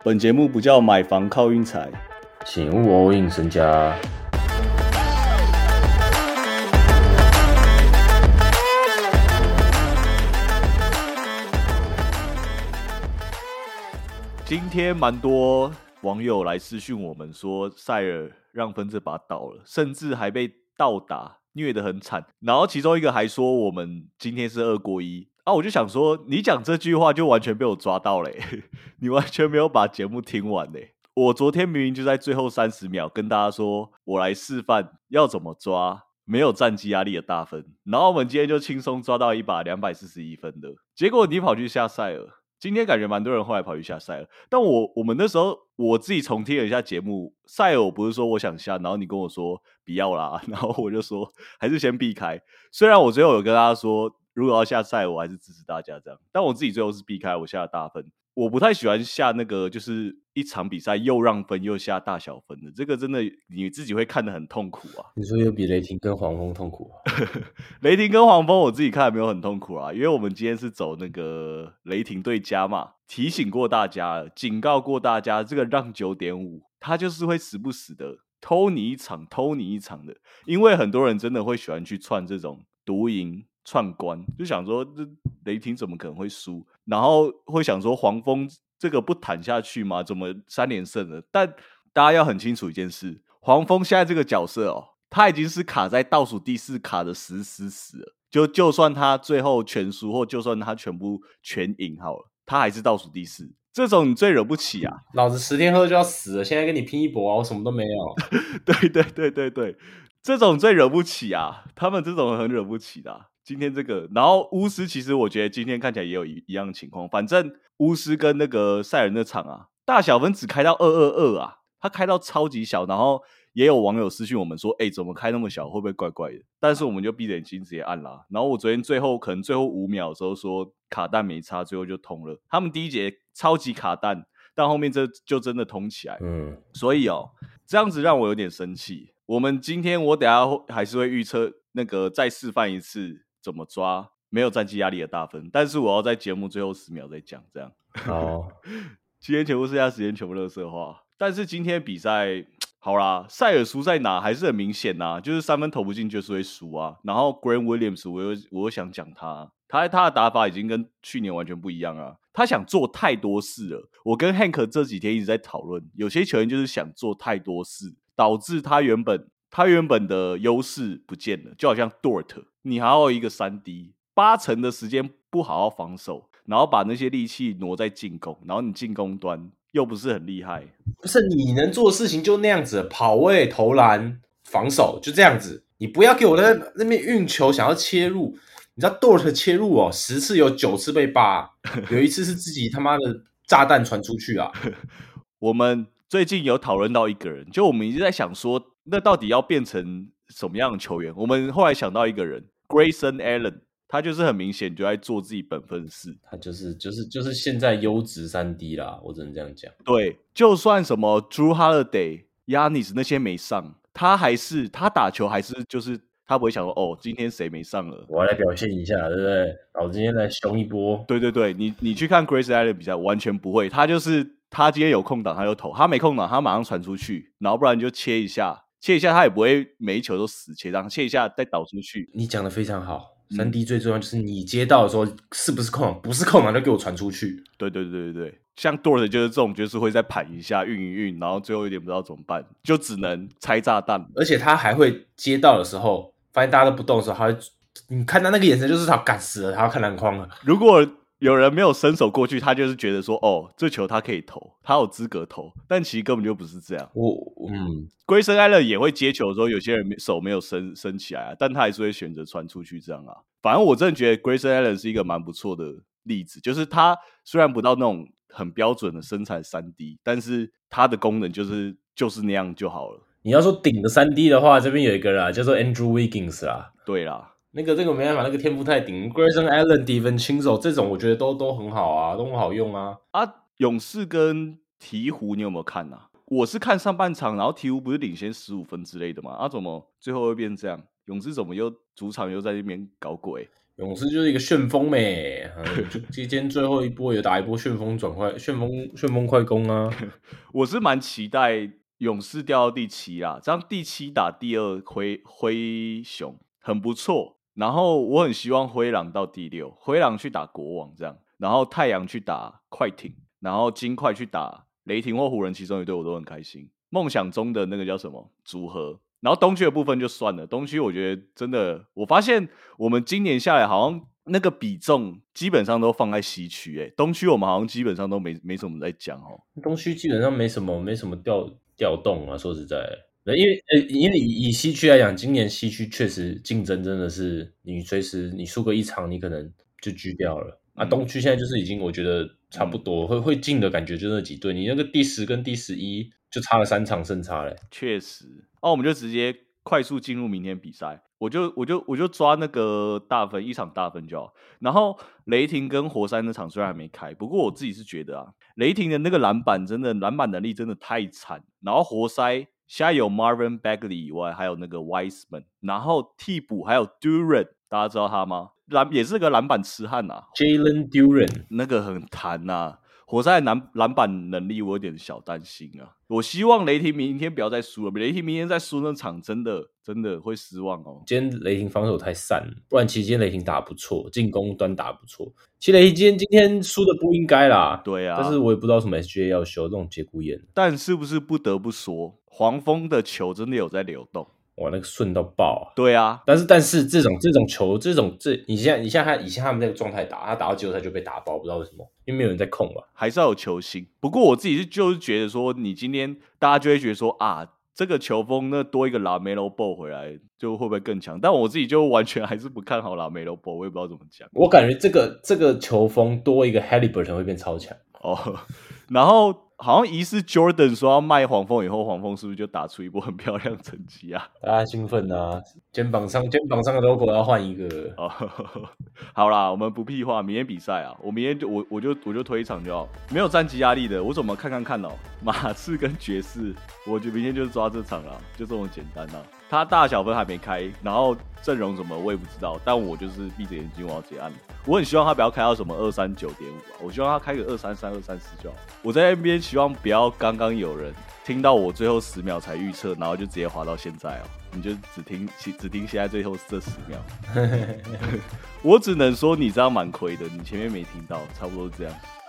本节目不叫买房靠运财， 请勿 all in 身家。 今天蛮多网友来私讯我们说，塞尔让分这把倒了，甚至还被倒打，虐得很惨。然后其中一个还说我们今天是2过1啊，我就想说，你讲这句话就完全被我抓到嘞，你完全没有把节目听完嘞。我昨天明明就在最后30秒跟大家说，我来示范要怎么抓没有战绩压力的大分，然后我们今天就轻松抓到一把241分的，结果你跑去下塞尔。今天感觉蛮多人后来跑去下塞尔，但我们那时候我自己重听了一下节目，塞尔我不是说我想下，然后你跟我说不要啦，然后我就说还是先避开。虽然我最后有跟大家说，如果要下塞尔，我还是支持大家这样，但我自己最后是避开，我下了大分。我不太喜欢下那个就是一场比赛又让分又下大小分的，这个真的你自己会看得很痛苦啊。 你说有比雷霆跟黄蜂痛苦啊？ 雷霆跟黄蜂我自己看没有很痛苦啊，因为我们今天是走那个雷霆对加嘛，提醒过大家了，警告过大家，这个让 9.5 他就是会时不时的偷你一场的，因为很多人真的会喜欢去串这种独赢串关，就想说这雷霆怎么可能会输，然后会想说黄蜂这个不谈下去吗？怎么3连胜了？但大家要很清楚一件事，黄蜂现在这个角色哦，他已经是卡在倒数第4，卡的死了。就算他最后全输，或就算他全部全赢好了，他还是倒数第4。这种你最惹不起啊！ 老子10天后就要死了，现在跟你拼一搏啊！我什么都没有。 对，这种最惹不起啊！他们这种很惹不起的啊。今天这个，然后巫师其实我觉得今天看起来也有一样的情况，反正巫师跟那个塞尔那场啊，大小分只开到222啊，他开到超级小，然后也有网友私讯我们说，怎么开那么小，会不会怪怪的？但是我们就闭着眼睛直接按啦。然后我昨天可能最后5秒的时候说卡弹没差，最后就通了。他们第一节超级卡弹，但后面这就真的通起来。所以这样子让我有点生气。我们今天我等一下还是会预测那个再示范一次怎么抓没有战绩压力的大分，但是我要在节目最后10秒再讲，这样。 好， 今天全部剩下时间全部垃圾话，但是今天比赛好啦，塞尔输在哪还是很明显啊，就是3分投不进就是会输啊。然后 Grant Williams 我又想讲他的打法已经跟去年完全不一样啊，他想做太多事了。我跟 Hank 这几天一直在讨论，有些球员就是想做太多事，导致他原本的优势不见了，就好像 Dort， 你还有一个3D， 80%的时间不好好防守，然后把那些力气挪在进攻，然后你进攻端又不是很厉害。 不是你能做的事情就那样子，跑位、投篮、防守就这样子。你不要给我在那边运球想要切入，你知道 Dort 切入10次有9次被扒，有一次是自己他妈的炸弹传出去啊。 我们最近有讨论到一个人，就我们一直在想说，那到底要变成什么样的球员？我们后来想到一个人 ，Grayson Allen， 他就是很明显就在做自己本分的事， 他就是现在优质3D 啦，我只能这样讲。 对，就算什么 Drew Holiday、Giannis 那些没上，他打球还是就是他不会想说今天谁没上了， 我要来表现一下，对不对？老子今天来凶一波。 对，你去看 Grayson Allen 比赛，完全不会，他就是他今天有空档他就投，他没空档他马上传出去，然后不然就切一下他也不会每一球都死切，这样切一下再导出去。 你讲的非常好。3D 最重要就是你接到的时候是不是空档，不是空档就给我传出去。 对，像 Dort 就是这种，就是会再盘一下运一运，然后最后有点不知道怎么办，就只能拆炸弹。 而且他还会接到的时候，发现大家都不动的时候，他会你看他那个眼神就是他干死了，他要看篮筐了。 如果有人没有伸手过去，他就是觉得说这球他可以投，他有资格投，但其实根本就不是这样。Grayson Allen 也会接球的时候，有些人手没有伸起来啊，但他还是会选择传出去这样啊。反正我真的觉得 Grayson Allen 是一个蛮不错的例子，就是他虽然不到那种很标准的身材3D， 但是他的功能就是那样就好了。 你要说顶的3D 的话，这边有一个啦，叫做 Andrew Wiggins 啦。 对啦。 这个没办法，那个天赋太顶。Grayson Allen、Devin 亲手这种，我觉得都很好啊，都很好用啊。 勇士跟鹈鹕你有没有看啊？我是看上半场，然后鹈鹕不是领先15分之类的吗？怎么最后会变这样？勇士怎么又主场又在那边搞鬼？ 勇士就是一个旋风妹，就今天最后一波也打一波旋风快攻啊！ 我是蛮期待勇士掉到第7啦，这样第7打第2灰熊很不错。然后我很希望灰狼到第6，灰狼去打国王这样，然后太阳去打快艇，然后金块去打雷霆或湖人，其中一队我都很开心。梦想中的那个叫什么组合？然后东区的部分就算了，东区我觉得真的，我发现我们今年下来好像那个比重基本上都放在西区，东区我们好像基本上都没什么在讲哦。 东区基本上没什么调动啊，说实在的，因为以西区来讲，今年西区确实竞争真的是你随时你输个一场，你可能就狙掉了。东区现在就是已经我觉得差不多，会进的感觉就那几队，你那个第10跟第11就差了3场胜差嘞。 确实，我们就直接快速进入明天比赛，我就抓那个大分1场大分就好。然后雷霆跟活塞那场虽然还没开，不过我自己是觉得雷霆的那个篮板能力真的太惨。然后活塞现在有 Marvin Bagley 以外，还有那个 Wiseman， 然后替补还有 Durant， 大家知道他吗？也是个篮板痴汉 Jalen Duren 那个很弹活塞的篮板能力我有点小担心我希望雷霆明天不要再输了，雷霆明天再输那场真的会失望哦。 今天雷霆防守太散了，不然其实今天雷霆打不错，进攻端打不错。其实雷霆今天输的不应该啦， 对啊， 但是我也不知道什么 SGA 要修这种节骨眼。 但是不是不得不说，黄蜂的球真的有在流动。 哇，那个顺到爆对啊， 但是这种球，你现在以前他们那个状态打，他打到季后赛就被打爆，不知道为什么，因为没有人在控吧， 还是要有球星。不过我自己就是觉得说，你今天大家就会觉得说这个球风那多一个LaMelo Ball 回来，就会不会更强？但我自己就完全还是不看好LaMelo Ball，我也不知道怎么讲。 我感觉这个球风多一个 Haliburton 会变超强然后好像疑似 Jordan 说要卖黄蜂以后，黄蜂是不是就打出一波很漂亮的成绩大家兴奋肩膀上的 logo 要换一个好啦，我们不屁话，明天比赛我明天我就推一场就好，没有战绩压力的，我怎么看马刺跟爵士，我就明天就抓这场了，就这么简单他大小分还没开，然后阵容什么我也不知道，但我就是闭着眼睛我要结案。我很希望他不要开到什么239.5我希望他开个233、234就好。我在那边希望不要刚刚有人听到我最后10秒才预测，然后就直接滑到现在你就只听现在最后这10秒。我只能说你这样蛮亏的，你前面没听到，差不多是这样。